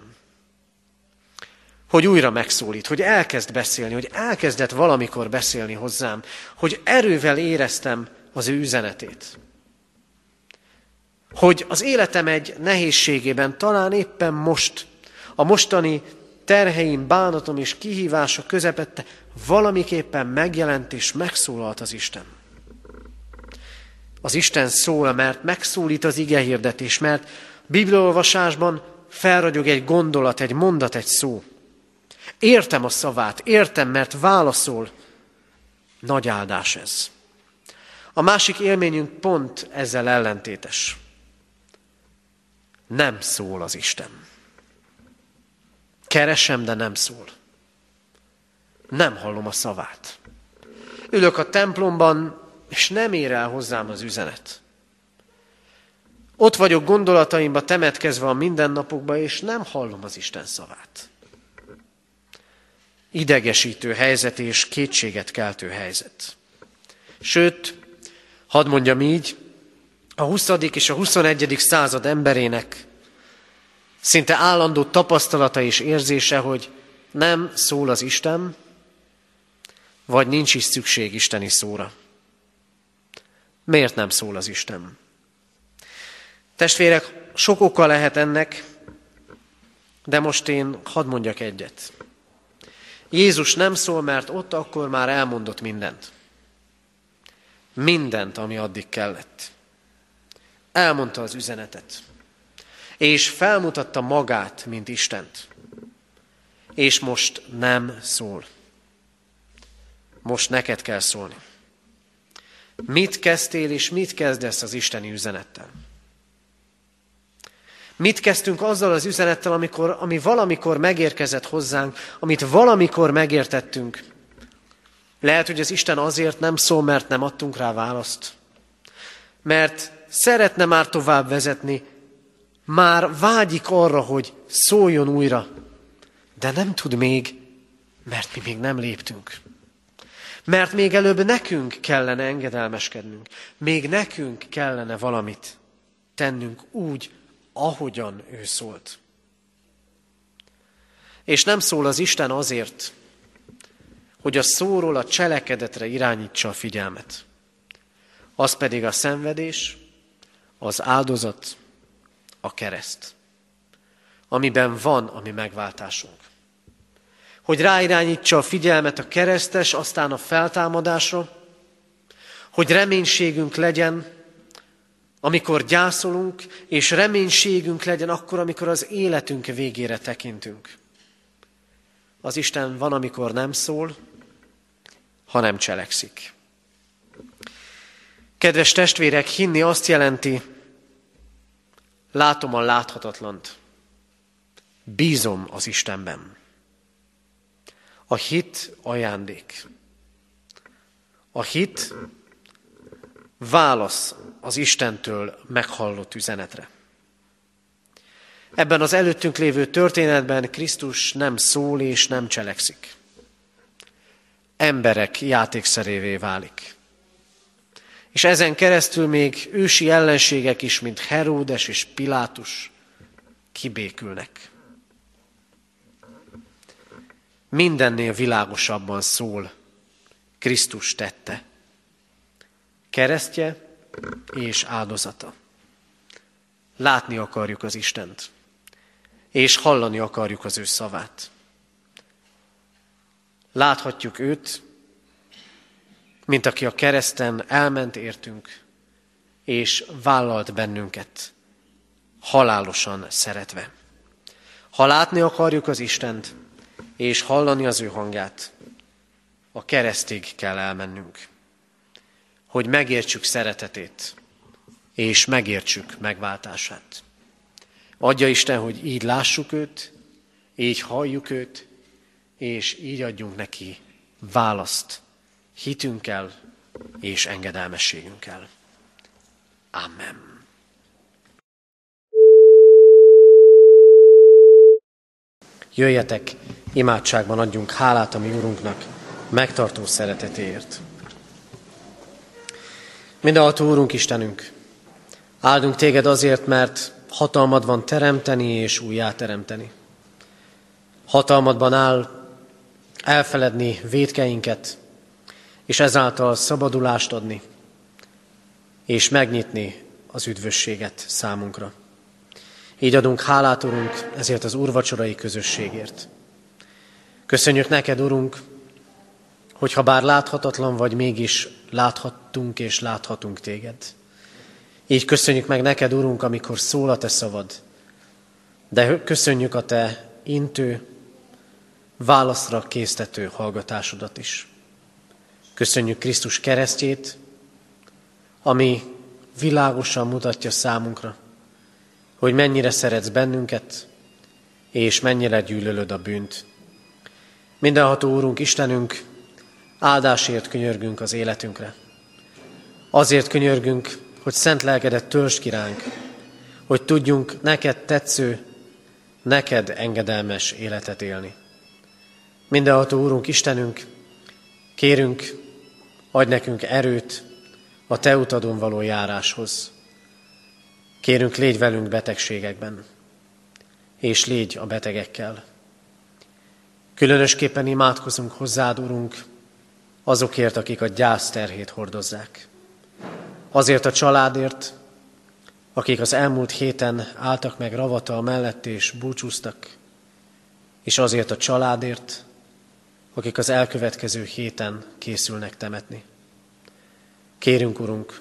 Hogy újra megszólít, hogy elkezd beszélni, hogy elkezdett valamikor beszélni hozzám, hogy erővel éreztem az ő üzenetét. Hogy az életem egy nehézségében, talán éppen most, a mostani terheim, bánatom és kihívása közepette valamiképpen megjelent és megszólalt az Isten. Az Isten szól, mert megszólít az igehirdetés, mert bibliaolvasásban felragyog egy gondolat, egy mondat, egy szó. Értem a szavát, értem, mert válaszol, Nagy áldás ez. A másik élményünk pont ezzel ellentétes. Nem szól az Isten. Keresem, de nem szól. Nem hallom a szavát. Ülök a templomban, és nem ér el hozzám az üzenet. Ott vagyok gondolataimba temetkezve a mindennapokba, és nem hallom az Isten szavát. Idegesítő helyzet és kétséget keltő helyzet. Sőt, hadd mondjam így, a huszadik és a huszonegyedik század emberének szinte állandó tapasztalata és érzése, hogy nem szól az Isten, vagy nincs is szükség isteni szóra. Miért nem szól az Isten? Testvérek, sok oka lehet ennek, de most én hadd mondjak egyet. Jézus nem szól, mert ott akkor már elmondott mindent. Mindent, ami addig kellett. Elmondta az üzenetet. És felmutatta magát, mint Istent. És most nem szól. Most neked kell szólni. Mit kezdtél és mit kezdesz az isteni üzenettel? Mit kezdtünk azzal az üzenettel, amikor, ami valamikor megérkezett hozzánk, amit valamikor megértettünk? Lehet, hogy az Isten azért nem szól, mert nem adtunk rá választ. Mert szeretne már tovább vezetni, már vágyik arra, hogy szóljon újra, de nem tud még, mert mi még nem léptünk. Mert még előbb nekünk kellene engedelmeskednünk, még nekünk kellene valamit tennünk úgy, ahogyan ő szólt. És nem szól az Isten azért, hogy a szóról a cselekedetre irányítsa a figyelmet. Az pedig a szenvedés, az áldozat, a kereszt, amiben van a mi megváltásunk. Hogy ráirányítsa a figyelmet a keresztes, aztán a feltámadásra, hogy reménységünk legyen, amikor gyászolunk, és reménységünk legyen akkor, amikor az életünk végére tekintünk. Az Isten van, amikor nem szól, hanem cselekszik. Kedves testvérek, hinni azt jelenti, látom a láthatatlant, bízom az Istenben. A hit ajándék. A hit válasz az Istentől meghallott üzenetre. Ebben az előttünk lévő történetben Krisztus nem szól és nem cselekszik. Emberek játékszerévé válik. És ezen keresztül még ősi ellenségek is, mint Heródes és Pilátus kibékülnek. Mindennél világosabban szól Krisztus tette. Keresztje és áldozata. Látni akarjuk az Istent, és hallani akarjuk az ő szavát. Láthatjuk őt, mint aki a kereszten elment értünk, és vállalt bennünket, halálosan szeretve. Ha látni akarjuk az Istent, és hallani az ő hangját, a keresztig kell elmennünk, hogy megértsük szeretetét, és megértsük megváltását. Adja Isten, hogy így lássuk őt, így halljuk őt, és így adjunk neki választ hitünkkel és engedelmességünkkel. Amen. Jöjjetek, imádságban adjunk hálát a mi Úrunknak, megtartó szeretetéért. Mindenható Úrunk Istenünk, áldunk téged azért, mert hatalmad van teremteni és újjáteremteni. Hatalmadban áll elfeledni vétkeinket, és ezáltal szabadulást adni, és megnyitni az üdvösséget számunkra. Így adunk hálát, Urunk, ezért az úrvacsorai közösségért. Köszönjük neked, Urunk, hogy ha bár láthatatlan vagy, mégis láthattunk és láthatunk téged. Így köszönjük meg neked, Urunk, amikor szól a te szavad, de köszönjük a te intő, válaszra késztető hallgatásodat is. Köszönjük Krisztus keresztjét, ami világosan mutatja számunkra, hogy mennyire szeretsz bennünket, és mennyire gyűlölöd a bűnt. Mindenható Úrunk, Istenünk, áldásért könyörgünk az életünkre. Azért könyörgünk, hogy szent lelkedet töltsd ki ránk, hogy tudjunk neked tetsző, neked engedelmes életet élni. Mindenható Úrunk, Istenünk, kérünk, adj nekünk erőt a te utadon való járáshoz. Kérünk, légy velünk betegségekben, és légy a betegekkel. Különösképpen imádkozunk hozzád, Urunk, azokért, akik a gyász terhét hordozzák. Azért a családért, akik az elmúlt héten álltak meg ravatal mellett és búcsúztak, és azért a családért, akik az elkövetkező héten készülnek temetni. Kérünk, Urunk,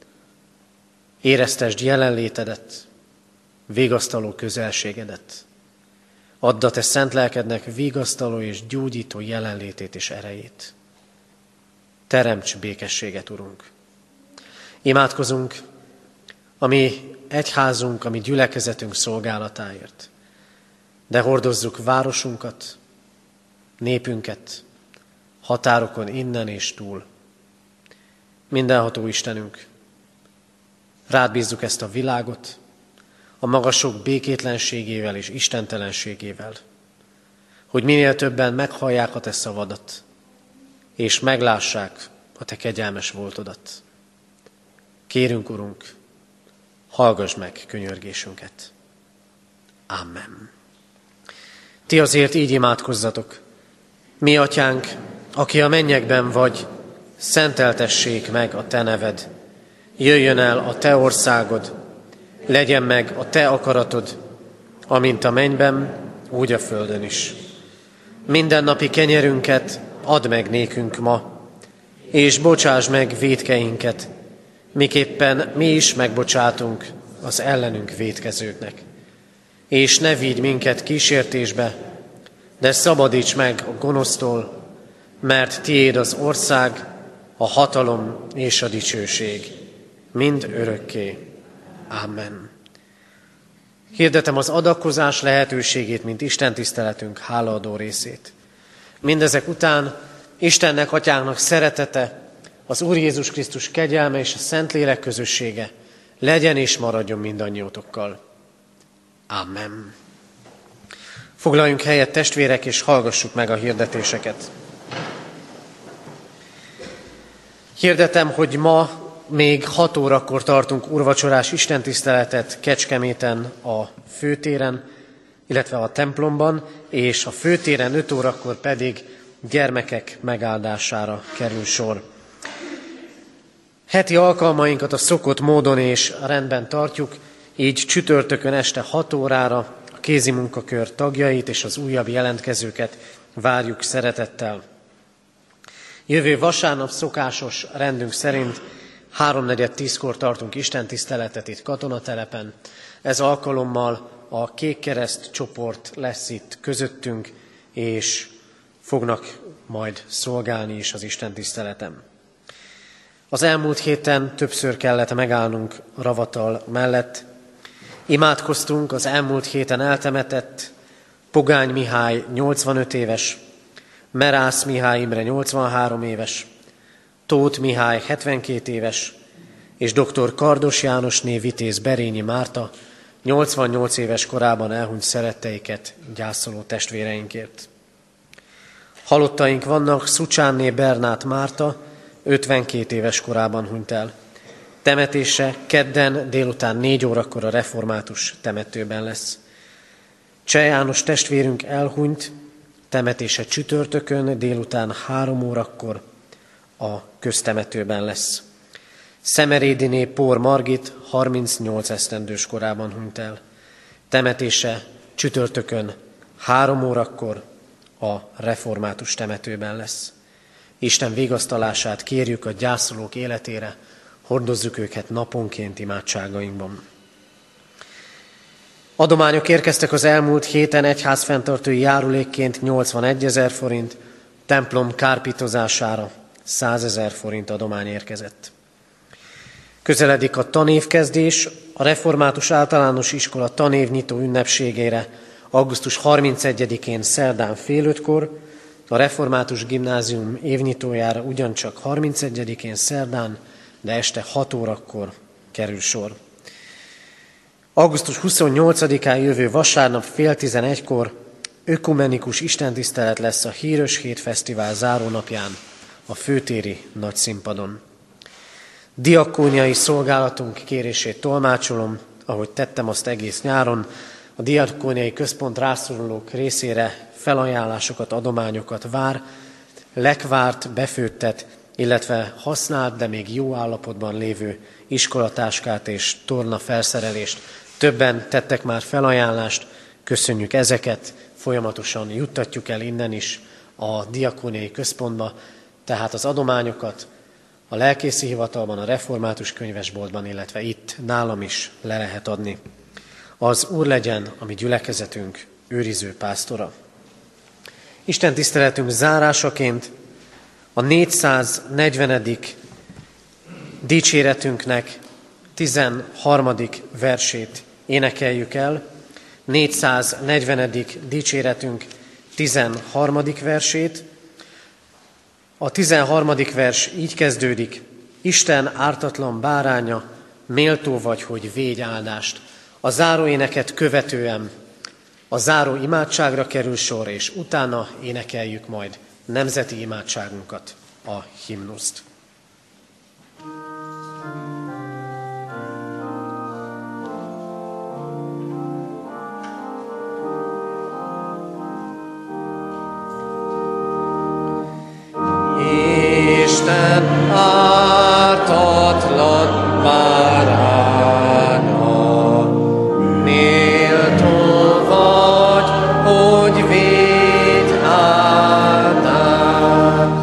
éreztesd jelenlétedet, vigasztaló közelségedet. Add a te szent lelkednek vigasztaló és gyógyító jelenlétét és erejét. Teremts békességet, Urunk. Imádkozunk a mi egyházunk, a mi gyülekezetünk szolgálatáért, de hordozzuk városunkat, népünket, határokon innen és túl. Mindenható Istenünk, rád bízzuk ezt a világot, a magasok békétlenségével és istentelenségével, hogy minél többen meghallják a te szavadat, és meglássák a te kegyelmes voltodat. Kérünk, Urunk, hallgass meg könyörgésünket. Amen. Ti azért így imádkozzatok. Mi, Atyánk, aki a mennyekben vagy, szenteltessék meg a te neved. Jöjjön el a te országod, legyen meg a te akaratod, amint a mennyben, úgy a földön is. Mindennapi kenyerünket add meg nékünk ma, és bocsáss meg vétkeinket, miképpen mi is megbocsátunk az ellenünk vétkezőknek. És ne vigy minket kísértésbe, de szabadíts meg a gonosztól, mert tiéd az ország, a hatalom és a dicsőség, mind örökké. Amen. Hirdetem az adakozás lehetőségét, mint Isten tiszteletünk hálaadó részét. Mindezek után Istennek, Atyánknak szeretete, az Úr Jézus Krisztus kegyelme és a Szentlélek közössége legyen és maradjon mindannyiótokkal. Amen. Foglaljunk helyet, testvérek, és hallgassuk meg a hirdetéseket. Hirdetem, hogy ma még hat órakor tartunk úrvacsorás istentiszteletet Kecskeméten a főtéren, illetve a templomban, és a főtéren öt órakor pedig gyermekek megáldására kerül sor. Heti alkalmainkat a szokott módon és rendben tartjuk, így csütörtökön este hat órára a kézimunkakör tagjait és az újabb jelentkezőket várjuk szeretettel. Jövő vasárnap szokásos rendünk szerint háromnegyed tízkor tartunk istentiszteletet itt Katonatelepen. Ez alkalommal a Kékkereszt csoport lesz itt közöttünk, és fognak majd szolgálni is az istentiszteleten. Az elmúlt héten többször kellett megállnunk ravatal mellett. Imádkoztunk az elmúlt héten eltemetett Pogány Mihály nyolcvanöt éves, Merász Mihály Imre nyolcvanhárom éves, Tóth Mihály hetvenkét éves, és dr. Kardos Jánosné Vitéz Berényi Márta nyolcvannyolc éves korában elhunyt szeretteiket gyászoló testvéreinkért. Halottaink vannak, Szucsánné Bernát Márta ötvenkét éves korában hunyt el. Temetése kedden délután négy órakor a református temetőben lesz. Cseh János testvérünk elhunyt, temetése csütörtökön délután három órakor a köztemetőben lesz. Szemerédiné Pór Margit harmincnyolc esztendős korában hunyt el. Temetése csütörtökön három órakor a református temetőben lesz. Isten vigasztalását kérjük a gyászolók életére, hordozzuk őket naponként imádságainkban. Adományok érkeztek az elmúlt héten egyházfenntartói járulékként nyolcvanegy ezer forint, templom kárpítozására százezer forint adomány érkezett. Közeledik a tanévkezdés, a Református Általános Iskola tanévnyitó ünnepségére augusztus harmincegyedikén szerdán fél ötkor, a Református Gimnázium évnyitójára ugyancsak harmincegyedikén szerdán, de este hat órakor kerül sor. augusztus huszonnyolcadikán jövő vasárnap fél tizenegykor ökumenikus istentisztelet lesz a Hírös Hét Fesztivál zárónapján a főtéri nagyszínpadon. Diakóniai szolgálatunk kérését tolmácsolom, ahogy tettem azt egész nyáron. A diakóniai központ rászorulók részére felajánlásokat, adományokat vár, lekvárt, befőttet, illetve használt, de még jó állapotban lévő iskolatáskát és torna felszerelést. Többen tettek már felajánlást, köszönjük ezeket, folyamatosan juttatjuk el innen is a diakóniai központba, tehát az adományokat a lelkészi hivatalban, a református könyvesboltban, illetve itt nálam is le lehet adni. Az Úr legyen a mi gyülekezetünk őriző pásztora. Isten tiszteletünk zárásaként a négyszáznegyvenedik dicséretünknek tizenharmadik versét énekeljük el. négyszáznegyvenedik dicséretünk tizenharmadik versét. A tizenharmadik vers így kezdődik: Isten ártatlan báránya, méltó vagy, hogy védj áldást. A záróéneket követően a záró imádságra kerül sor, és utána énekeljük majd nemzeti imádságunkat, a himnuszt. Isten ártatlan báránya, méltó vagy, hogy védj áldást.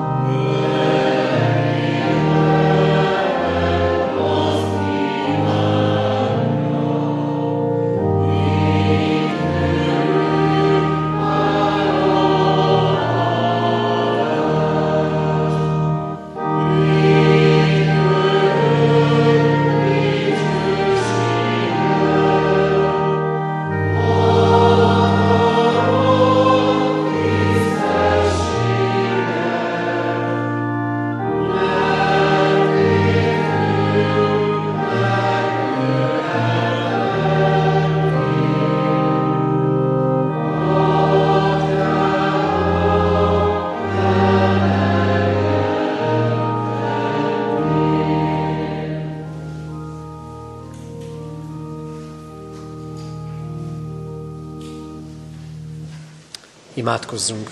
Imádkozzunk!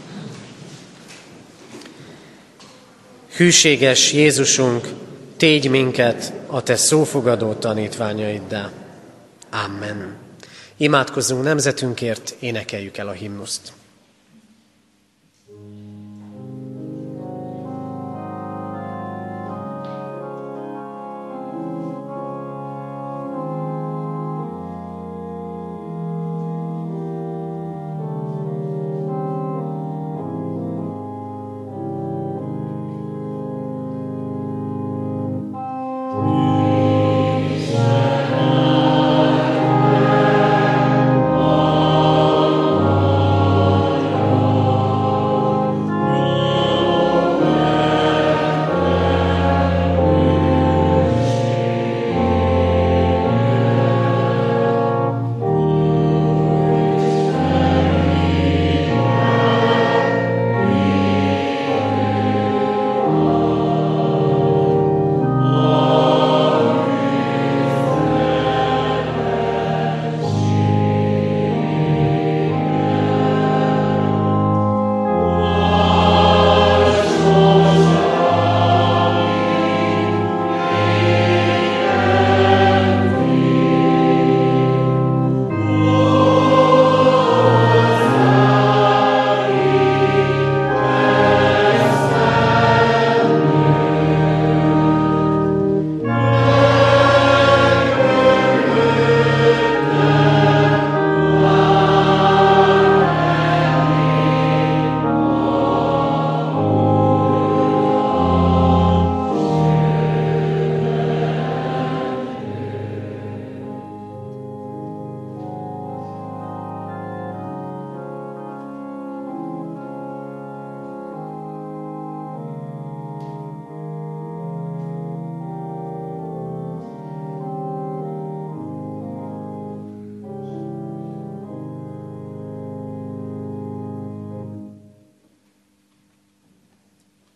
Hűséges Jézusunk, tégy minket a Te szófogadó tanítványaiddá. Amen. Imádkozzunk nemzetünkért, énekeljük el a himnuszt.